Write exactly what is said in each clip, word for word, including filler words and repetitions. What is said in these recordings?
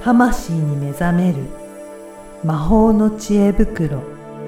魂に目覚める魔法の知恵袋。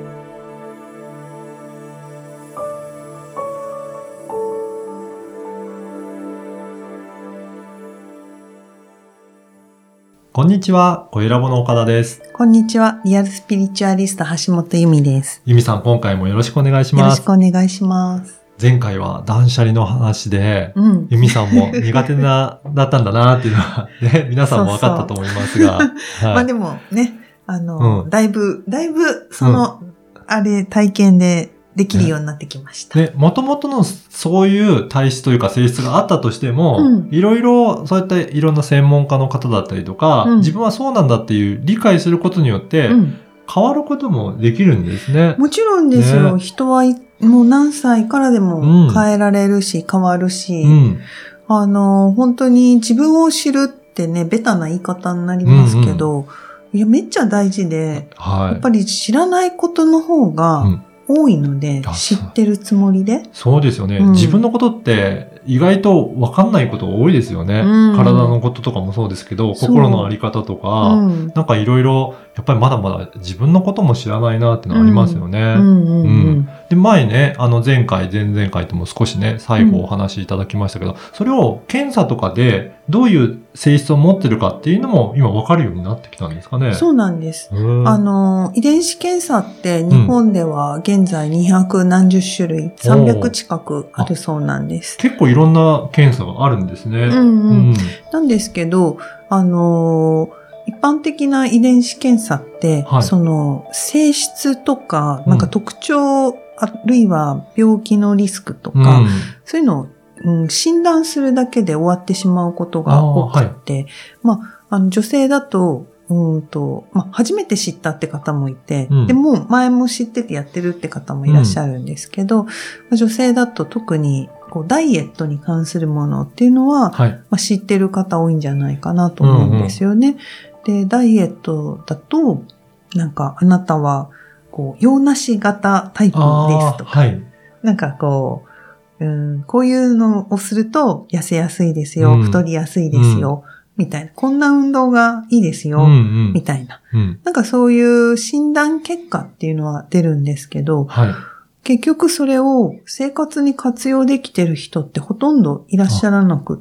こんにちは、声ラボの岡田です。 こんにちは、リアルスピリチュアリスト橋本由美です。 由美さん、今回もよろしくお願いします。 よろしくお願いします。 前回は断捨離の話で、 うん、 由美さんも苦手なだったんだなっていうのはね、皆さんも分かったと思いますが、 そうそうはい、まあでもね、あの、 うん、 だいぶだいぶその、うん、あれ体験でできるようになってきました。 ね、もともとのそういう体質というか性質があったとしても、 うん、 いろいろそういったいろんな専門家の方だったりとか、うん、自分はそうなんだっていう理解することによって、うん、変わることもできるんですね。 もちろんですよ。ね、人はもう何歳からでも変えられるし、うん、変わるし、うん、あの、本当に自分を知るってね、ベタな言い方になりますけど、うんうん、いや、めっちゃ大事で、はい、やっぱり知らないことの方が、うん多いので、知ってるつもりで。 そうですよね、うん。自分のことって意外と分かんないこと多いですよね。うん、体のこととかもそうですけど、心のあり方とか、うん、なんかいろいろ、やっぱりまだまだ自分のことも知らないなってのありますよね。で、前ね、あの前回、前々回とも少しね、最後お話しいただきましたけど、うん、それを検査とかでどういう性質を持ってるかっていうのも今分かるようになってきたんですかね。 そうなんです。あの、遺伝子検査って日本では現在にひゃくなんじゅっしゅるい、さんびゃく近くあるそうなんです。 結構いろんな検査があるんですね。 うんうんうん、なんですけど、あの、一般的な遺伝子検査って、はい、その性質とか、なんか特徴、うん、あるいは病気のリスクとか、うん、そういうのを、うん、診断するだけで終わってしまうことが多くて、はい、まあ、あの女性だと、うんと、まあ、初めて知ったって方もいて、うん、でも前も知っててやってるって方もいらっしゃるんですけど、うん、女性だと特にこうダイエットに関するものっていうのは、はい、まあ、知ってる方多いんじゃないかなと思うんですよね。うんうん、で、ダイエットだと、なんかあなたはこう洋梨型タイプですとか、はい、なんかこう、うん、こういうのをすると痩せやすいですよ、うん、太りやすいですよ。うんみたいな。こんな運動がいいですよ。うんうん、みたいな、うん。なんかそういう診断結果っていうのは出るんですけど、はい、結局それを生活に活用できてる人ってほとんどいらっしゃらなくって。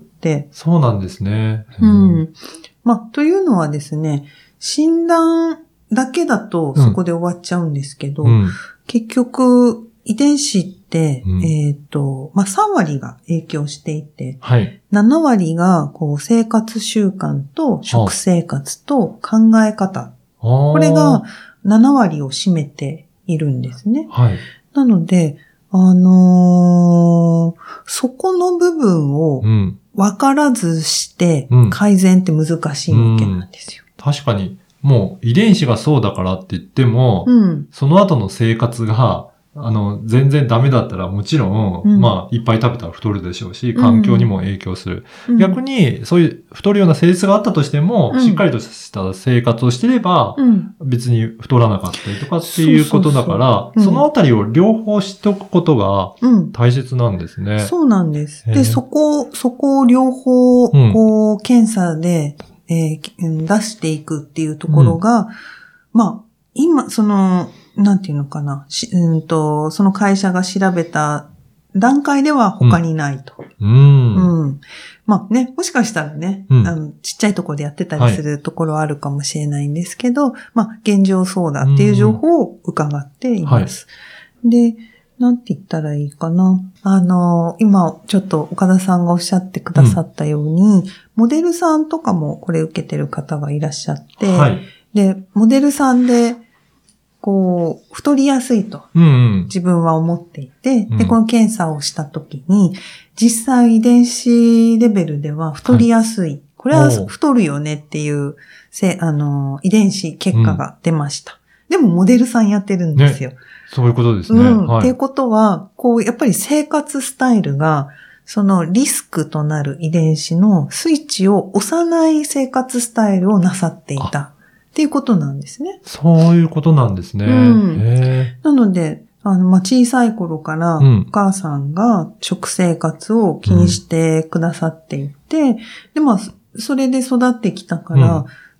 そうなんですね。 うん。まあ、というのはですね、診断だけだとそこで終わっちゃうんですけど、うん、結局遺伝子ってで、うん、えっと、まあ、さんわりが影響していて、はい、ななわりが、こう、生活習慣と食生活と考え方。これがななわりを占めているんですね。はい、なので、あのー、そこの部分を分からずして改善って難しいわけなんですよ。 うんうん、確かに、もう遺伝子がそうだからって言っても、うん、その後の生活が、あの、全然ダメだったらもちろん、うん、まあ、いっぱい食べたら太るでしょうし、環境にも影響する。うん、逆に、そういう太るような性質があったとしても、うん、しっかりとした生活をしてれば、うん、別に太らなかったりとかっていうことだから、そうそうそう、そのあたりを両方知っておくことが大切なんですね。 うん、そうなんです。で、そこ、そこを両方、こう、検査で、えー、出していくっていうところが、まあ、今、その、なんていうのかな、しうんと、その会社が調べた段階では他にないと。うん。うん。まあね、もしかしたらね、うん、あのちっちゃいところでやってたりするところはあるかもしれないんですけど、はい、まあ現状そうだっていう情報を伺っています。はい、で、なんて言ったらいいかな。あの、今ちょっと岡田さんがおっしゃってくださったように、うん、モデルさんとかもこれ受けてる方がいらっしゃって、はい、で、モデルさんで、こう、太りやすいと、自分は思っていて、うんうん、で、この検査をしたときに、実際遺伝子レベルでは太りやすい。はい、これは太るよねっていう、せあの、遺伝子結果が出ました。うん、でも、モデルさんやってるんですよ。ね、 そういうことですね。うん。 はい、っていうことは、こう、やっぱり生活スタイルが、そのリスクとなる遺伝子のスイッチを押さない生活スタイルをなさっていた。っていうことなんですね。 そういうことなんですね。うん、 へなので、あの、まあ、小さい頃からお母さんが食生活を気にしてくださっていて、うん、で、まあ、それで育ってきたから、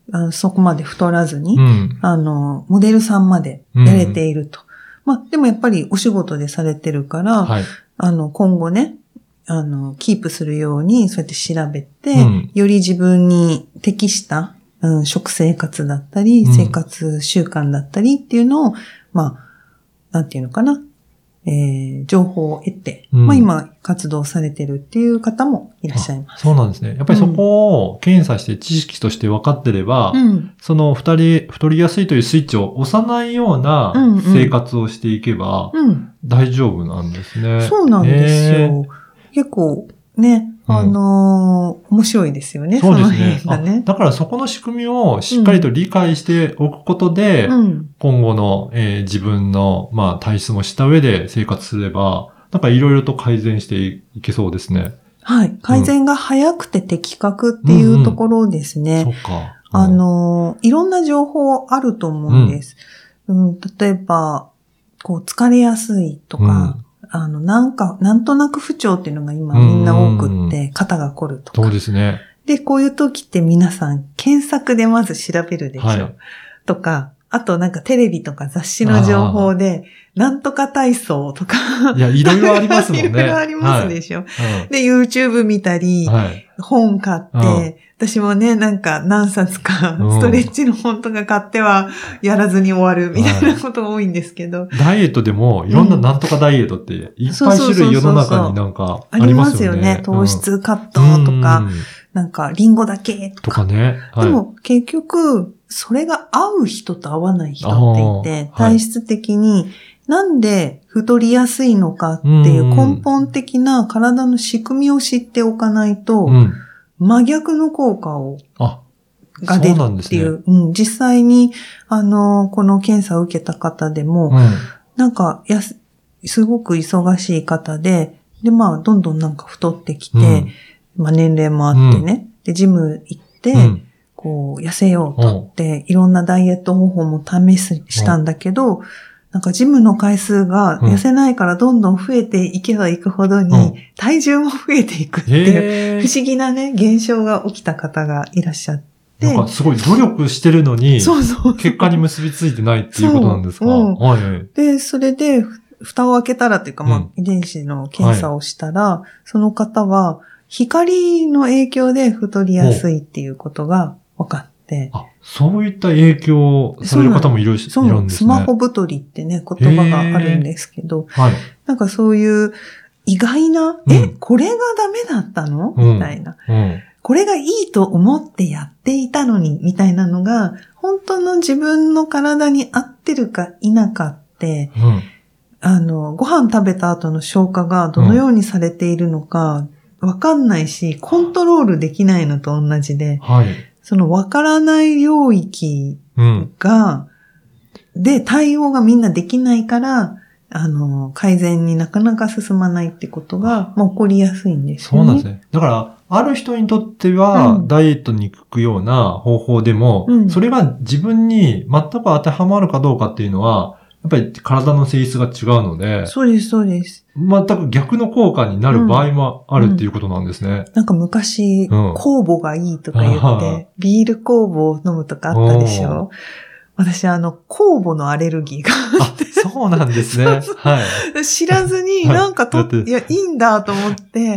あのそこまで太らずに、 うん、 あの、モデルさんまでやれていると。うん、まあ、でもやっぱりお仕事でされてるから、はい、あの、今後ね、あの、キープするように、そうやって調べて、うん、より自分に適した、うん、食生活だったり、うん、生活習慣だったりっていうのを、まあ、なんていうのかな、えー、情報を得て、うん、まあ今活動されてるっていう方もいらっしゃいます。 そうなんですね。やっぱりそこを検査して知識として分かってれば、うん、その二人、太りやすいというスイッチを押さないような生活をしていけば、大丈夫なんですね。 うんうん、そうなんですよ。えー、結構ね、あのー、面白いですよね。 そうですね。その辺がね。だからそこの仕組みをしっかりと理解しておくことで、うん、今後の、えー、自分の、まあ、体質もした上で生活すれば、なんかいろいろと改善していけそうですね。 はい。改善が早くて的確っていうところですね。 うんうん、そうか。 うん、あのー、いろんな情報あると思うんです。うん、うん、例えば、こう、疲れやすいとか、うんあの、なんか、なんとなく不調っていうのが今みんな多くって、肩が凝るとか。 そうですね。 で、こういう時って皆さん検索でまず調べるでしょ。はい、とか、あとなんかテレビとか雑誌の情報で、なんとか体操とか。 いや、いろいろありますもんね。 いろいろありますでしょ。はい、で、YouTube 見たり、はい、本買って、私もね、なんか何冊かストレッチの本とか買ってはやらずに終わるみたいなことが多いんですけど。 ダイエットでもいろんななんとかダイエットっていっぱい種類世の中になんかありますよね。ありますよね。 糖質カットとか、うん、なんかリンゴだけとか。 とかね。 はい、でも結局、それが合う人と合わない人っていて、体質的になんで太りやすいのかっていう根本的な体の仕組みを知っておかないと、うん真逆の効果を、が出るっていう。うね、うん、実際に、あの、この検査を受けた方でも、うん、なんか、やす、すごく忙しい方で、で、まあ、どんどんなんか太ってきて、うん、まあ、年齢もあってね、うん、で、ジム行って、うん、こう、痩せようとって、いろんなダイエット方法も試す、したんだけど、なんかジムの回数が痩せないからどんどん増えていけばいくほどに体重も増えていくっていう不思議なね、現象が起きた方がいらっしゃって。 なんかすごい努力してるのに、そうそう結果に結びついてないっていうことなんですか、うんはいはい、 で、それで蓋を開けたらっていうか、まあ、遺伝子の検査をしたら、はい、その方は光の影響で太りやすいっていうことが分かって、 あ、そういった影響される方もいるし、 そういるんですね。スマホ太りってね、言葉があるんですけど、はい、なんかそういう意外な、うん、え、これがダメだったの、うん、みたいな、うん。これがいいと思ってやっていたのに、みたいなのが、本当の自分の体に合ってるか否かって、うん、あの、ご飯食べた後の消化がどのようにされているのか、わかんないし、コントロールできないのと同じで、はいその分からない領域が、うん、で、対応がみんなできないから、あの、改善になかなか進まないってことが、まあ、起こりやすいんですよね。 そうなんですね。だから、ある人にとっては、うん、ダイエットに効くような方法でも、うん、それが自分に全く当てはまるかどうかっていうのは、やっぱり体の性質が違うので。 そうです、そうです。 全く逆の効果になる場合もあるっていうことなんですね。うんうん、 なんか昔、うん、酵母がいいとか言って、ビール酵母を飲むとかあったでしょ私、あの、酵母のアレルギーがあって。 あ、そうなんですね。そうそうはい。 知らずに、なんかと、はい、いや、いいんだと思って、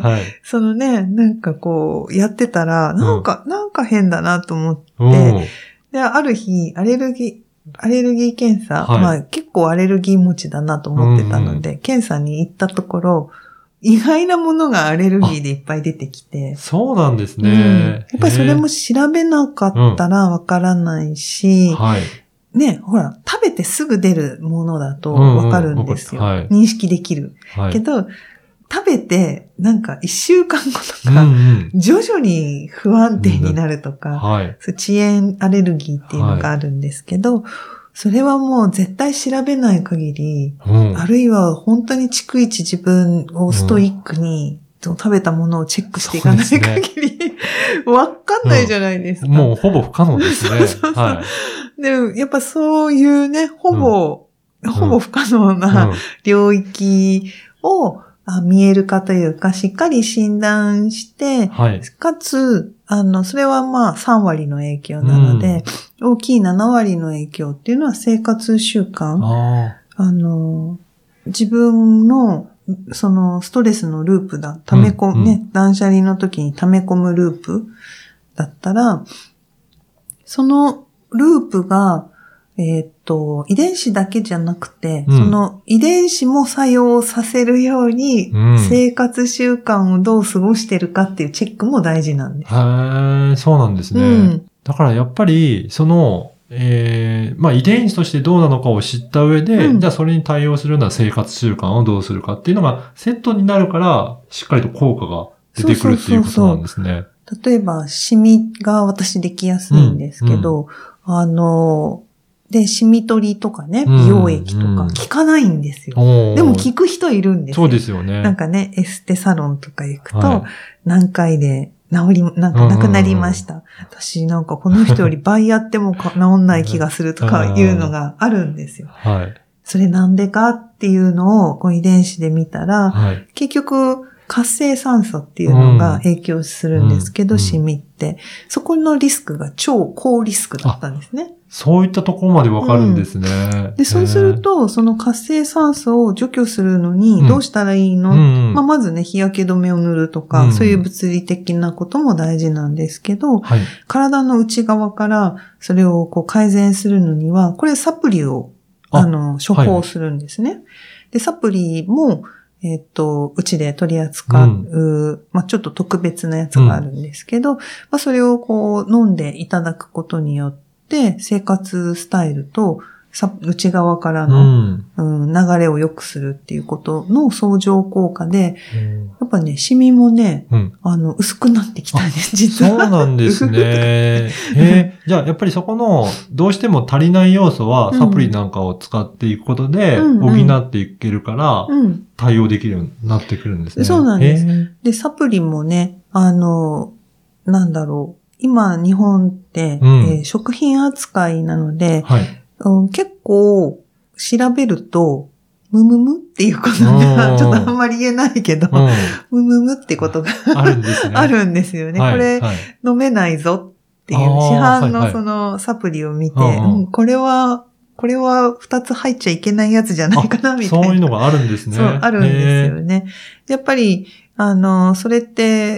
はい、そのね、なんかこう、やってたら、なんか、うん、なんか変だなと思って、で、ある日、アレルギー、アレルギー検査、はい、まあ結構アレルギー持ちだなと思ってたので、うんうん、検査に行ったところ、意外なものがアレルギーでいっぱい出てきて。 そうなんですね、うん。 やっぱりそれも調べなかったらわからないし、うんはい、ね、ほら、食べてすぐ出るものだとわかるんですよ、うんうんはい。認識できる。はい、けど、食べて、なんか一週間後とか、うんうん、徐々に不安定になるとか、うんはい、そう遅延アレルギーっていうのがあるんですけど、はい、それはもう絶対調べない限り、うん、あるいは本当に逐一自分をストイックに、うん、食べたものをチェックしていかない限り、わ、ね、かんないじゃないですか、うん。 もうほぼ不可能ですね。そうそうそうはい、 でもやっぱそういうね、ほぼ、うん、ほぼ不可能な領域を、 あ見えるかというか、しっかり診断して、はい、かつ、あの、それはまあさん割の影響なので、うん、大きいなな割の影響っていうのは生活習慣。あ, あの、自分の、そのストレスのループだ、溜め込む、うん、ね、断捨離の時に溜め込むループだったら、そのループが、えっと、遺伝子だけじゃなくて、うん、その遺伝子も作用させるように、うん、生活習慣をどう過ごしてるかっていうチェックも大事なんです。 へー、そうなんですね。うん、だからやっぱり、その、えー、まあ遺伝子としてどうなのかを知った上で、うん、じゃあそれに対応するような生活習慣をどうするかっていうのがセットになるから、しっかりと効果が出てくるっていうことなんですね。そうそうそうそう。例えば、シミが私できやすいんですけど、うんうん、あの、で、シミ取りとかね、美容液とか効かないんですよ。うんうん、でも効く人いるんですよ。 そうですよね。 なんかね、エステサロンとか行くと、はい、何回で治り、なんかなくなりました。うんうんうん、私なんかこの人より倍やっても治んない気がするとかいうのがあるんですよ。はい。それなんでかっていうのをこう遺伝子で見たら、はい、結局活性酸素っていうのが影響するんですけど、うん、シミって。そこのリスクが超高リスクだったんですね。 そういったところまでわかるんですね。 うん、で、そうすると、その活性酸素を除去するのにどうしたらいいの、うんうん、まあ、まずね、日焼け止めを塗るとか、うん、そういう物理的なことも大事なんですけど、はい、体の内側からそれをこう改善するのには、これサプリを、あの、処方するんですね。はい、で、サプリも、えっと、うちで取り扱う、うん、まあ、ちょっと特別なやつがあるんですけど、うん、まあ、それをこう飲んでいただくことによって、生活スタイルと内側からの、うんうん、流れを良くするっていうことの相乗効果で、うん、やっぱね、シミもね、うん、あの、薄くなってきたんです、実は。 そうなんですね。へえ。じゃあ、やっぱりそこの、どうしても足りない要素は、サプリなんかを使っていくことで、補っていけるから、うんうん対応できるようになってくるんですね。 そうなんです。で、サプリもね、あの、なんだろう。今、日本って、うんえー、食品扱いなので、はいうん、結構調べると、ムムムっていうことが、ちょっとあんまり言えないけど、ムムムってことがあるんですね。あるんですよね。はい、これ、はい、飲めないぞっていう、市販のそのサプリを見て、はいはいうん、これは、これは二つ入っちゃいけないやつじゃないかな、みたいな。 そういうのがあるんですね。 そう、あるんですよね。やっぱり、あの、それって、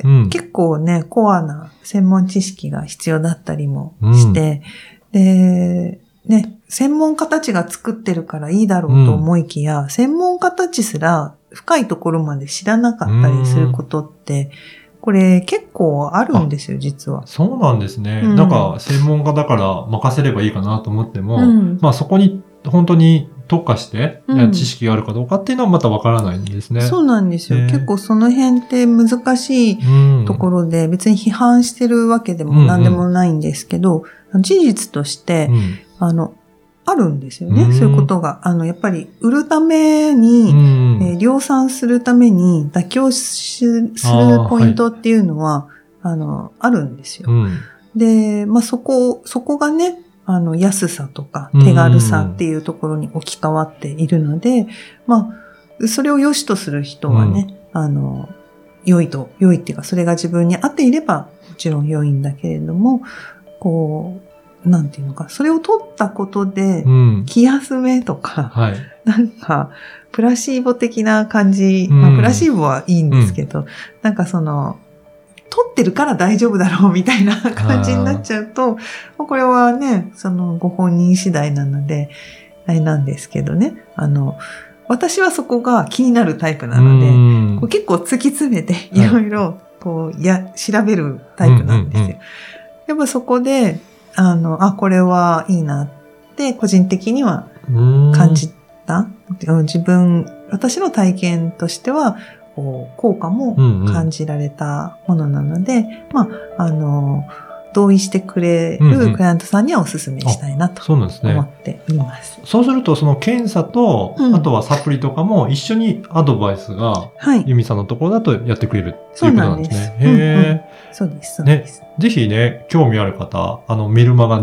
結構ね、うん、コアな専門知識が必要だったりもして、うん、で、ね、専門家たちが作ってるからいいだろうと思いきや、うん、専門家たちすら深いところまで知らなかったりすることって、うんこれ結構あるんですよ、実は。 そうなんですね。うん、なんか専門家だから任せればいいかなと思っても、うん、まあそこに本当に特化して、うん、知識があるかどうかっていうのはまたわからないんですね。 そうなんですよ。結構その辺って難しいところで、別に批判してるわけでも何でもないんですけど、うんうん、事実として、うん、あの、あるんですよね。うん、そういうことが。あの、やっぱり、売るために、うんえー、量産するために妥協するポイントっていうのは、あ,、はい、あの、あるんですよ。うん、で、まあ、そこ、そこがね、あの、安さとか手軽さっていうところに置き換わっているので、まあ、それを良しとする人はね、うん、あの、良いと、良いっていうか、それが自分に合っていれば、もちろん良いんだけれども、こう、なんていうのか、それを取ったことで、気休めとか、うんはい、なんか、プラシーボ的な感じ、うんまあ、プラシーボはいいんですけど、うん、なんかその、取ってるから大丈夫だろうみたいな感じになっちゃうと、これはね、そのご本人次第なので、あれなんですけどね、あの、私はそこが気になるタイプなので、うんこう結構突き詰めていろいろ、こう、や、調べるタイプなんですよ。うんうんうん、やっぱそこで、あの、あ、これはいいなって個人的には感じた。自分、私の体験としては、こう効果も感じられたものなので、うんうん、まあ、あの、同意してくれるクライアントさんにはお勧めしたいなと思っています。 そう、そうすると、その検査と、うん、あとはサプリとかも一緒にアドバイスが、はい、ユミさんのところだとやってくれるっていうことなんですね。 そうなんです。へー、うんうん、そうです、そうです、 ね。ぜひね、興味ある方、あの、メルマガに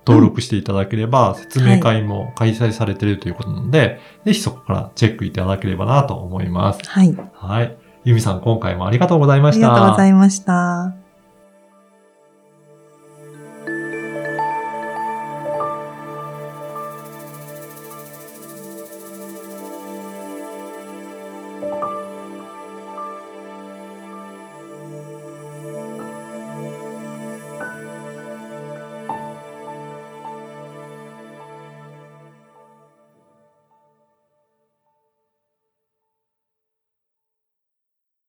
登録していただければ、説明会も開催されているということなので、はい、ぜひそこからチェックいただければなと思います。 はい。 はい。由美さん、今回もありがとうございました。 ありがとうございました。